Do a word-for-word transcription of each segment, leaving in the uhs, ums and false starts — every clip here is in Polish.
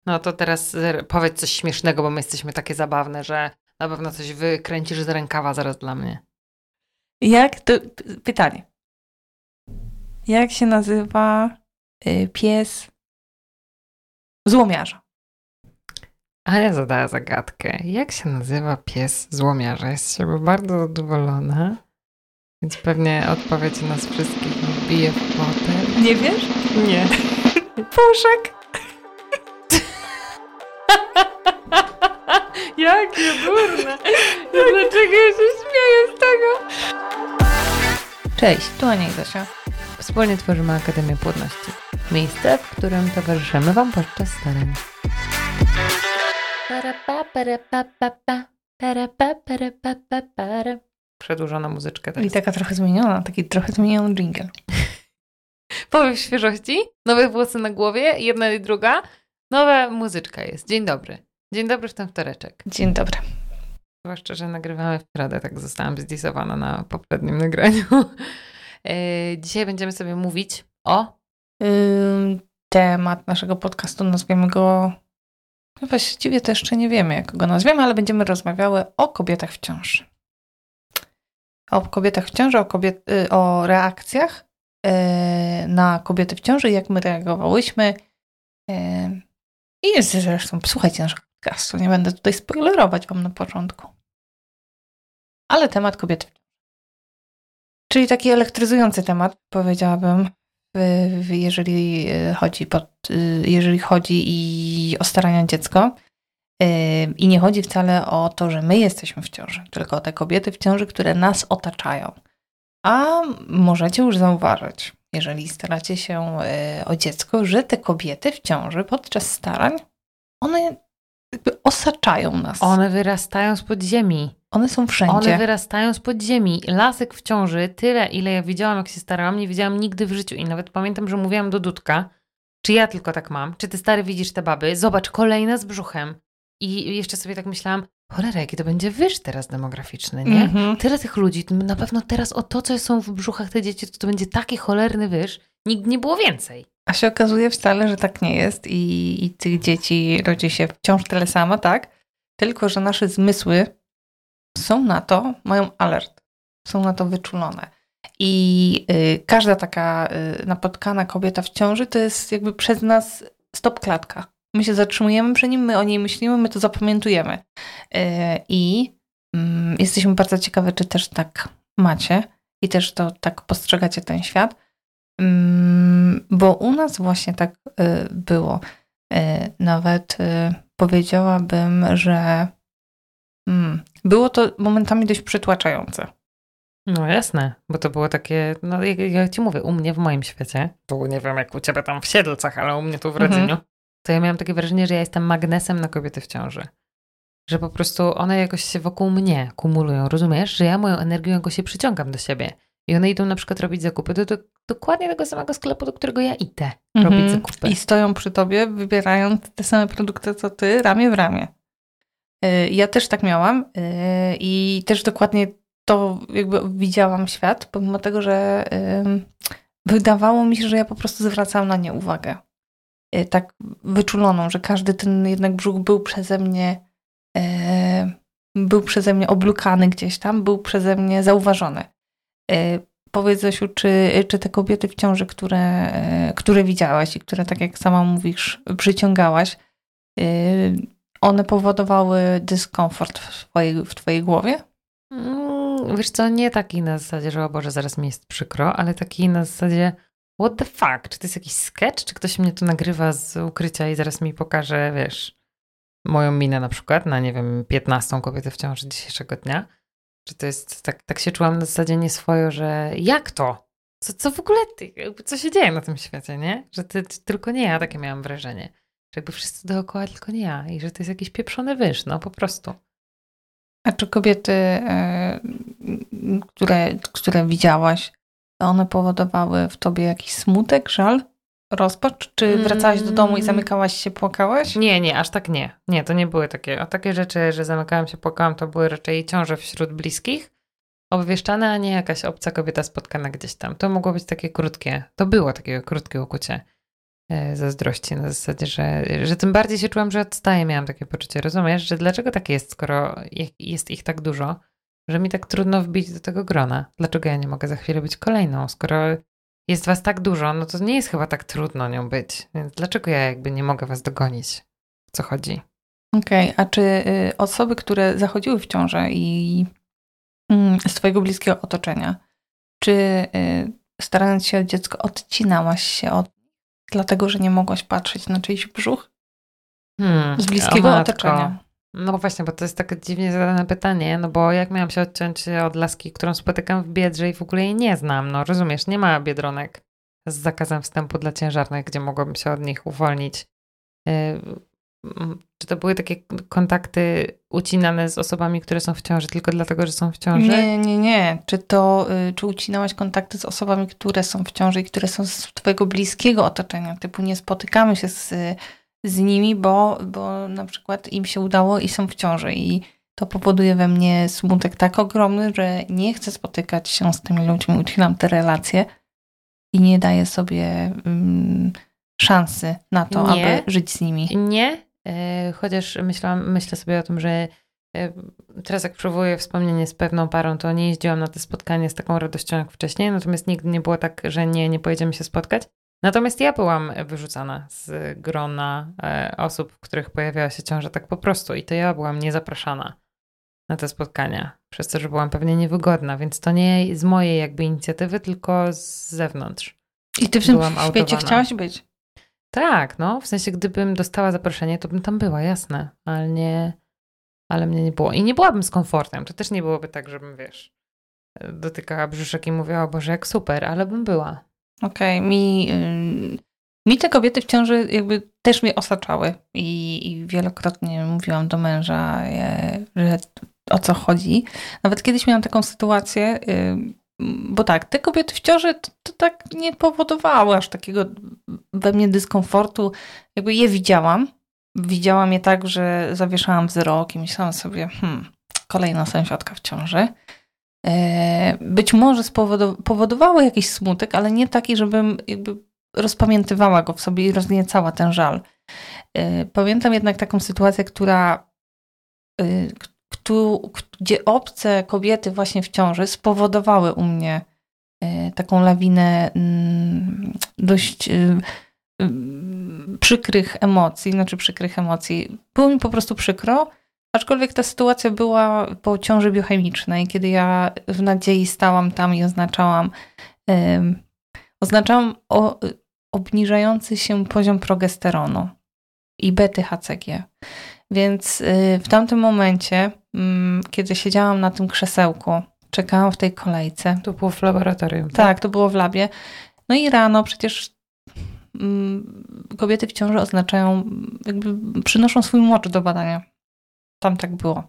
No to teraz powiedz coś śmiesznego, bo my jesteśmy takie zabawne, że na pewno coś wykręcisz z rękawa zaraz dla mnie. Jak to... Pytanie. Jak się nazywa y, pies złomiarza? Ania zadała zagadkę. Jak się nazywa pies złomiarza? Jest z siebie bardzo zadowolona, więc pewnie odpowiedź nas wszystkich bije w potem. Nie wiesz? Nie. Puszek. Jakie durne. Dlaczego ja się śmieję z tego? Cześć, tu Ania i Zosia. Wspólnie tworzymy Akademię Płodności. Miejsce, w którym towarzyszymy Wam podczas starań. Przedłużona muzyczka teraz. I taka trochę zmieniona, taki trochę zmieniony dżingiel. Powiem w świeżości, nowe włosy na głowie, jedna i druga, nowa muzyczka jest. Dzień dobry. Dzień dobry w ten wtoreczek. Dzień dobry. Zwłaszcza, że nagrywamy w środę, tak zostałam zdisowana na poprzednim nagraniu. Dzisiaj będziemy sobie mówić o... Ym, temat naszego podcastu, nazwiemy go... No właściwie to jeszcze nie wiemy, jak go nazwiemy, ale będziemy rozmawiały o kobietach w ciąży. O kobietach w ciąży, o, kobiet, o reakcjach na kobiety w ciąży, jak my reagowałyśmy. I zresztą słuchajcie naszego podcastu, nie będę tutaj spoilerować Wam na początku. Ale temat kobiety w ciąży. Czyli taki elektryzujący temat, powiedziałabym, jeżeli chodzi, pod, jeżeli chodzi i o starania dziecko. I nie chodzi wcale o to, że my jesteśmy w ciąży, tylko o te kobiety w ciąży, które nas otaczają. A możecie już zauważyć, jeżeli staracie się o dziecko, że te kobiety w ciąży podczas starań, one jakby osaczają nas. One wyrastają spod ziemi. One są wszędzie. One wyrastają spod ziemi. Lasek w ciąży, tyle ile ja widziałam, jak się starałam, nie widziałam nigdy w życiu. I nawet pamiętam, że mówiłam do Dudka, czy ja tylko tak mam, czy ty stary widzisz te baby, zobacz, kolejna z brzuchem. I jeszcze sobie tak myślałam, cholera, jaki to będzie wyż teraz demograficzny, nie? Mm-hmm. Tyle tych ludzi, na pewno teraz o to, co są w brzuchach te dzieci, to, to będzie taki cholerny wyż, nigdy nie było więcej. A się okazuje wcale, że tak nie jest i, i tych dzieci rodzi się wciąż tyle samo, tak? Tylko, że nasze zmysły są na to, mają alert, są na to wyczulone. I y, każda taka y, napotkana kobieta w ciąży to jest jakby przez nas stop klatka. My się zatrzymujemy przy nim, my o niej myślimy, my to zapamiętujemy. Yy, I yy, jesteśmy bardzo ciekawe, czy też tak macie i też to tak postrzegacie ten świat. Yy, bo u nas właśnie tak yy, było. Yy, nawet yy, powiedziałabym, że yy, było to momentami dość przytłaczające. No jasne, bo to było takie, no jak, jak ci mówię, u mnie w moim świecie, tu nie wiem jak u ciebie tam w Siedlcach, ale u mnie tu w Radzeniu, mhm. to ja miałam takie wrażenie, że ja jestem magnesem na kobiety w ciąży. Że po prostu one jakoś się wokół mnie kumulują, rozumiesz? Że ja moją energią jakoś się przyciągam do siebie. I one idą na przykład robić zakupy do, do dokładnie tego samego sklepu, do którego ja idę mm-hmm. robić zakupy. I stoją przy tobie, wybierając te same produkty, co ty, ramię w ramię. Yy, ja też tak miałam yy, i też dokładnie to jakby widziałam świat, pomimo tego, że yy, wydawało mi się, że ja po prostu zwracałam na nie uwagę. Tak wyczuloną, że każdy ten jednak brzuch był przeze mnie e, był przeze mnie oblukany gdzieś tam, był przeze mnie zauważony. E, powiedz Zosiu, czy, czy te kobiety w ciąży, które, e, które widziałaś i które, tak jak sama mówisz, przyciągałaś, e, one powodowały dyskomfort w twojej, w twojej głowie? Mm, wiesz co, nie taki na zasadzie, że o Boże, zaraz mi jest przykro, ale taki na zasadzie what the fuck? Czy to jest jakiś sketch? Czy ktoś mnie tu nagrywa z ukrycia i zaraz mi pokaże, wiesz, moją minę na przykład na, nie wiem, piętnastą kobietę w ciąży dzisiejszego dnia? Czy to jest, tak, tak się czułam na zasadzie nieswojo, że jak to? Co, co w ogóle, ty, co się dzieje na tym świecie, nie? Że ty, ty, tylko nie ja, takie miałam wrażenie. Że jakby wszyscy dookoła, tylko nie ja. I że to jest jakiś pieprzony wyż, no po prostu. A czy kobiety, yy, które, które widziałaś, one powodowały w tobie jakiś smutek, żal, rozpacz? Czy wracałaś do domu i zamykałaś się, płakałaś? Nie, nie, aż tak nie. Nie, to nie były takie. A takie rzeczy, że zamykałam się, płakałam, to były raczej ciąże wśród bliskich, obwieszczane, a nie jakaś obca kobieta spotkana gdzieś tam. To mogło być takie krótkie. To było takie krótkie ukucie. zazdrości na zasadzie, że, że tym bardziej się czułam, że odstaję, miałam takie poczucie, rozumiesz, że dlaczego tak jest, skoro jest ich tak dużo, że mi tak trudno wbić do tego grona. Dlaczego ja nie mogę za chwilę być kolejną, skoro jest was tak dużo, no to nie jest chyba tak trudno nią być, więc dlaczego ja jakby nie mogę was dogonić? O co chodzi? Okej, okay, a czy y, osoby, które zachodziły w ciążę i y, z twojego bliskiego otoczenia, czy y, starając się o dziecko odcinałaś się od dlatego, że nie mogłaś patrzeć na czyjś brzuch? Hmm, z bliskiego otoczenia. No właśnie, bo to jest takie dziwnie zadane pytanie, no bo jak miałam się odciąć od laski, którą spotykam w Biedrze i w ogóle jej nie znam, no rozumiesz, nie ma Biedronek z zakazem wstępu dla ciężarnych, gdzie mogłabym się od nich uwolnić. Czy to były takie kontakty ucinane z osobami, które są w ciąży tylko dlatego, że są w ciąży? Nie, nie, nie. Czy to, czy ucinałaś kontakty z osobami, które są w ciąży i które są z twojego bliskiego otoczenia? Typu nie spotykamy się z, z nimi, bo, bo na przykład im się udało i są w ciąży i to powoduje we mnie smutek tak ogromny, że nie chcę spotykać się z tymi ludźmi, ucinam te relacje i nie daję sobie um, szansy na to, nie, aby żyć z nimi. Nie, chociaż myślałam, myślę sobie o tym, że teraz jak przywołuję wspomnienie z pewną parą, to nie jeździłam na te spotkanie z taką radością jak wcześniej, natomiast nigdy nie było tak, że nie, nie pojedziemy się spotkać. Natomiast ja byłam wyrzucana z grona osób, w których pojawiała się ciąża tak po prostu i to ja byłam niezapraszana na te spotkania, przez to, że byłam pewnie niewygodna, więc to nie z mojej jakby inicjatywy, tylko z zewnątrz. I ty w tym świecie chciałaś być? Tak, no, w sensie gdybym dostała zaproszenie, to bym tam była, jasne, ale nie, ale mnie nie było. I nie byłabym z komfortem, to też nie byłoby tak, żebym, wiesz, dotykała brzuszek i mówiła, o Boże, jak super, ale bym była. Okej, okay. mi, mi te kobiety w ciąży jakby też mnie osaczały i, i wielokrotnie mówiłam do męża, że o co chodzi. Nawet kiedyś miałam taką sytuację, bo tak, te kobiety w ciąży to, to tak nie powodowały aż takiego we mnie dyskomfortu. Jakby je widziałam. Widziałam je tak, że zawieszałam wzrok i myślałam sobie, hmm, kolejna sąsiadka w ciąży. Być może spowodow- powodowały jakiś smutek, ale nie taki, żebym jakby rozpamiętywała go w sobie i rozniecała ten żal. Pamiętam jednak taką sytuację, która gdzie obce kobiety właśnie w ciąży spowodowały u mnie taką lawinę dość przykrych emocji, znaczy przykrych emocji. Było mi po prostu przykro, aczkolwiek ta sytuacja była po ciąży biochemicznej, kiedy ja w nadziei stałam tam i oznaczałam oznaczałam o, obniżający się poziom progesteronu i bety H C G. Więc w tamtym momencie, kiedy siedziałam na tym krzesełku, czekałam w tej kolejce. To było w laboratorium. Tak, tak to było w labie. No i rano przecież kobiety w ciąży oznaczają, jakby przynoszą swój mocz do badania. Tam tak było.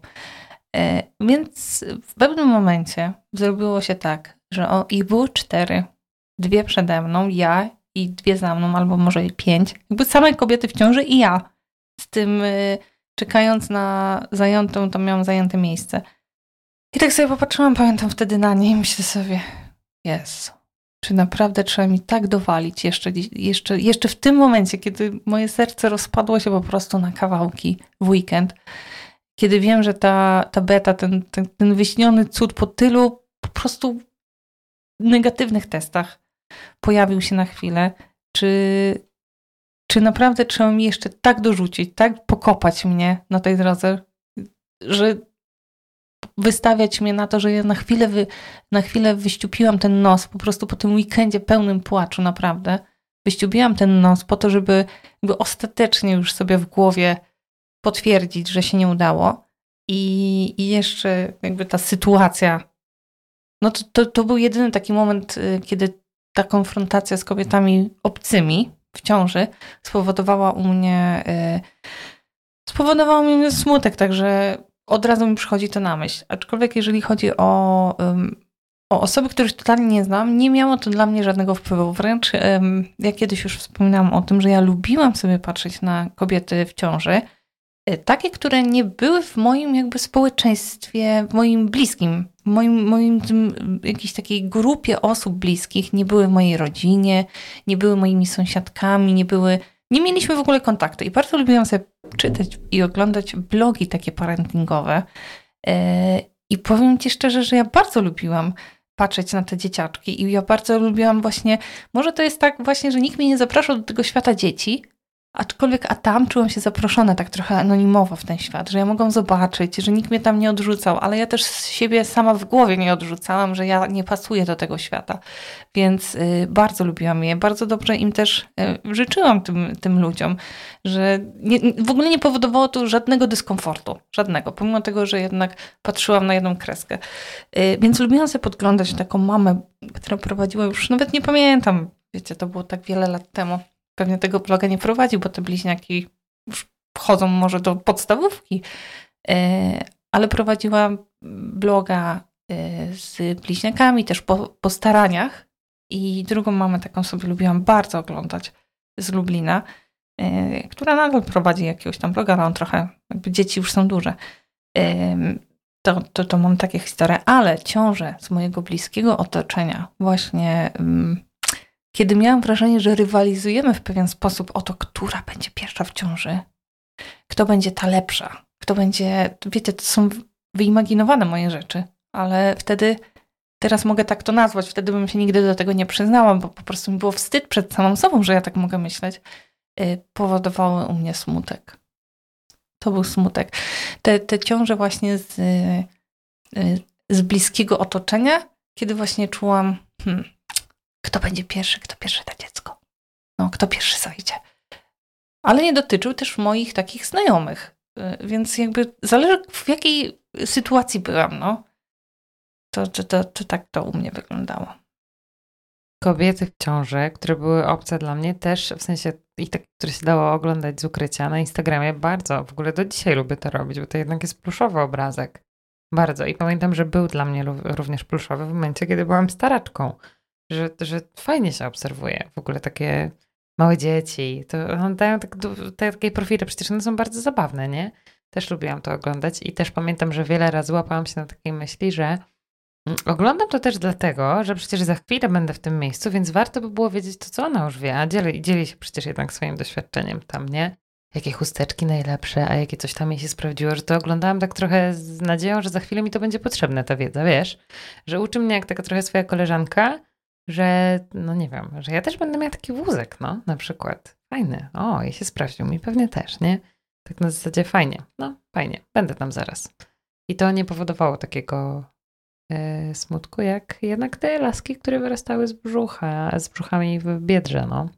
Więc w pewnym momencie zrobiło się tak, że o, ich było cztery. Dwie przede mną, ja i dwie za mną, albo może i pięć. Jakby same kobiety w ciąży i ja. Z tym czekając na zajętą, to miałam zajęte miejsce. I tak sobie popatrzyłam, pamiętam wtedy na nie i myślę sobie, Jezu, czy naprawdę trzeba mi tak dowalić jeszcze, jeszcze, jeszcze w tym momencie, kiedy moje serce rozpadło się po prostu na kawałki w weekend, kiedy wiem, że ta, ta beta, ten, ten, ten wyśniony cud po tylu po prostu negatywnych testach pojawił się na chwilę, czy Czy naprawdę trzeba mi jeszcze tak dorzucić, tak pokopać mnie na tej drodze, że wystawiać mnie na to, że ja na chwilę, wy, na chwilę wyściupiłam ten nos, po prostu po tym weekendzie pełnym płaczu, naprawdę. Wyściupiłam ten nos po to, żeby jakby ostatecznie już sobie w głowie potwierdzić, że się nie udało. I, i jeszcze jakby ta sytuacja, no to, to, to był jedyny taki moment, kiedy ta konfrontacja z kobietami obcymi w ciąży spowodowała u mnie yy, spowodowała u mnie smutek, także od razu mi przychodzi to na myśl. Aczkolwiek jeżeli chodzi o, yy, o osoby, których totalnie nie znam, nie miało to dla mnie żadnego wpływu. Wręcz yy, ja kiedyś już wspominałam o tym, że ja lubiłam sobie patrzeć na kobiety w ciąży, yy, takie, które nie były w moim jakby społeczeństwie, w moim bliskim w moim, moim tym, jakiejś takiej grupie osób bliskich, nie były w mojej rodzinie, nie były moimi sąsiadkami, nie były, nie mieliśmy w ogóle kontaktu. I bardzo lubiłam sobie czytać i oglądać blogi takie parentingowe. I powiem ci szczerze, że ja bardzo lubiłam patrzeć na te dzieciaczki i ja bardzo lubiłam właśnie, może to jest tak właśnie, że nikt mnie nie zapraszał do tego świata dzieci, aczkolwiek a tam czułam się zaproszona tak trochę anonimowo w ten świat, że ja mogłam zobaczyć, że nikt mnie tam nie odrzucał, ale ja też z siebie sama w głowie nie odrzucałam, że ja nie pasuję do tego świata. Więc y, bardzo lubiłam je, bardzo dobrze im też y, życzyłam tym, tym ludziom, że nie, w ogóle nie powodowało to żadnego dyskomfortu, żadnego, pomimo tego, że jednak patrzyłam na jedną kreskę. Y, więc lubiłam sobie podglądać taką mamę, która prowadziła już, nawet nie pamiętam, wiecie, to było tak wiele lat temu. Pewnie tego bloga nie prowadził, bo te bliźniaki już wchodzą może do podstawówki, ale prowadziła bloga z bliźniakami też po, po staraniach i drugą mamę taką sobie lubiłam bardzo oglądać z Lublina, która nadal prowadzi jakiegoś tam bloga, ale on trochę, jakby dzieci już są duże. To, to, to mam takie historie, ale ciąże z mojego bliskiego otoczenia właśnie... Kiedy miałam wrażenie, że rywalizujemy w pewien sposób o to, która będzie pierwsza w ciąży, kto będzie ta lepsza, kto będzie, wiecie, to są wyimaginowane moje rzeczy, ale wtedy, teraz mogę tak to nazwać, wtedy bym się nigdy do tego nie przyznała, bo po prostu mi było wstyd przed samą sobą, że ja tak mogę myśleć, powodowały u mnie smutek. To był smutek. Te, te ciąże właśnie z, z bliskiego otoczenia, kiedy właśnie czułam, hmm, kto będzie pierwszy, kto pierwszy da dziecko. No, kto pierwszy zajdzie. Ale nie dotyczył też moich takich znajomych. Więc jakby zależy w jakiej sytuacji byłam, no. To, to, to, to tak to u mnie wyglądało. Kobiety w ciąży, które były obce dla mnie też, w sensie i takie, które się dało oglądać z ukrycia na Instagramie, bardzo. W ogóle do dzisiaj lubię to robić, bo to jednak jest pluszowy obrazek. Bardzo. I pamiętam, że był dla mnie również pluszowy w momencie, kiedy byłam staraczką. Że, że fajnie się obserwuje w ogóle takie małe dzieci. To one dają tak, te, takie profile, przecież one są bardzo zabawne, nie? Też lubiłam to oglądać i też pamiętam, że wiele razy łapałam się na takiej myśli, że oglądam to też dlatego, że przecież za chwilę będę w tym miejscu, więc warto by było wiedzieć to, co ona już wie, a dzieli, dzieli się przecież jednak swoim doświadczeniem tam, nie? Jakie chusteczki najlepsze, a jakie coś tam jej się sprawdziło, że to oglądałam tak trochę z nadzieją, że za chwilę mi to będzie potrzebne, ta wiedza, wiesz? Że uczy mnie jak taka trochę swoja koleżanka, że, no nie wiem, że ja też będę miała taki wózek, no, na przykład. Fajny. O, i się sprawdził. Mi pewnie też, nie? Tak na zasadzie fajnie. No, fajnie. Będę tam zaraz. I to nie powodowało takiego e, smutku, jak jednak te laski, które wyrastały z brzucha, z brzuchami w biedrze, no.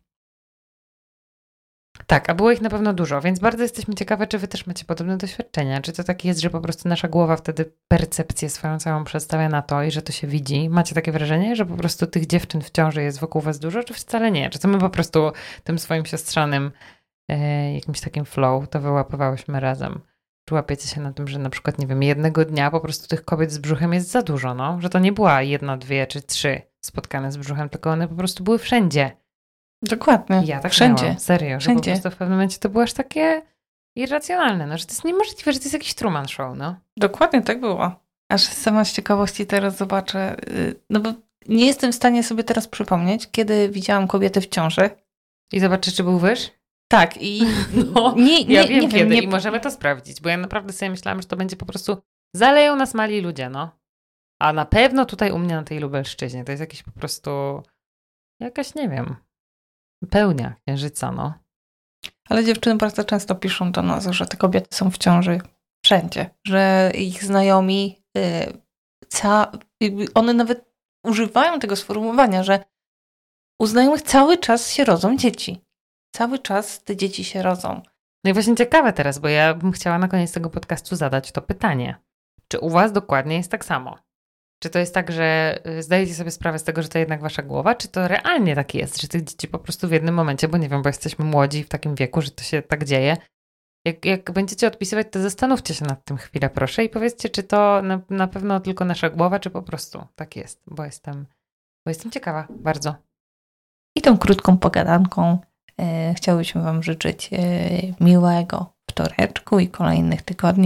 Tak, a było ich na pewno dużo, więc bardzo jesteśmy ciekawe, czy wy też macie podobne doświadczenia. Czy to tak jest, że po prostu nasza głowa wtedy percepcję swoją całą przedstawia na to i że to się widzi? Macie takie wrażenie, że po prostu tych dziewczyn w ciąży jest wokół was dużo, czy wcale nie? Czy to my po prostu tym swoim siostrzanym e, jakimś takim flow to wyłapywałyśmy razem? Czy łapiecie się na tym, że na przykład, nie wiem, jednego dnia po prostu tych kobiet z brzuchem jest za dużo, no? Że to nie była jedna, dwie czy trzy spotkane z brzuchem, tylko one po prostu były wszędzie. Dokładnie. Ja tak wszędzie. miałam, serio, wszędzie. Że po prostu w pewnym momencie to było aż takie irracjonalne, no, że to jest niemożliwe, że to jest jakiś Truman Show, no. Dokładnie tak było. Aż sama z ciekawości teraz zobaczę, no bo nie jestem w stanie sobie teraz przypomnieć, kiedy widziałam kobietę w ciąży. I zobaczę, czy był wyż? Tak i no, nie, nie, ja wiem nie kiedy wiem, nie... i możemy to sprawdzić, bo ja naprawdę sobie myślałam, że to będzie po prostu zaleją nas mali ludzie, no. A na pewno tutaj u mnie na tej Lubelszczyźnie to jest jakiś po prostu jakaś, nie wiem, pełnia księżyca, no. Ale dziewczyny bardzo często piszą do nas, że te kobiety są w ciąży wszędzie, że ich znajomi, yy, ca... one nawet używają tego sformułowania, że u znajomych cały czas się rodzą dzieci. Cały czas te dzieci się rodzą. No i właśnie ciekawe teraz, bo ja bym chciała na koniec tego podcastu zadać to pytanie. Czy u was dokładnie jest tak samo? Czy to jest tak, że zdajecie sobie sprawę z tego, że to jednak wasza głowa? Czy to realnie tak jest, że tych dzieci po prostu w jednym momencie, bo nie wiem, bo jesteśmy młodzi w takim wieku, że to się tak dzieje. Jak, jak będziecie odpisywać, to zastanówcie się nad tym chwilę, proszę, i powiedzcie, czy to na, na pewno tylko nasza głowa, czy po prostu tak jest, bo jestem, bo jestem ciekawa bardzo. I tą krótką pogadanką e, chciałybyśmy wam życzyć e, miłego wtoreczku i kolejnych tygodni.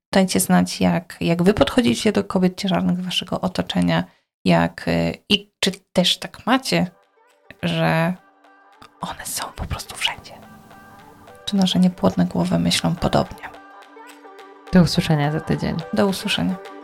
Dajcie znać, jak, jak wy podchodzicie do kobiet ciężarnych waszego otoczenia, jak i czy też tak macie, że one są po prostu wszędzie. Czy nasze niepłodne głowy myślą podobnie. Do usłyszenia za tydzień. Do usłyszenia.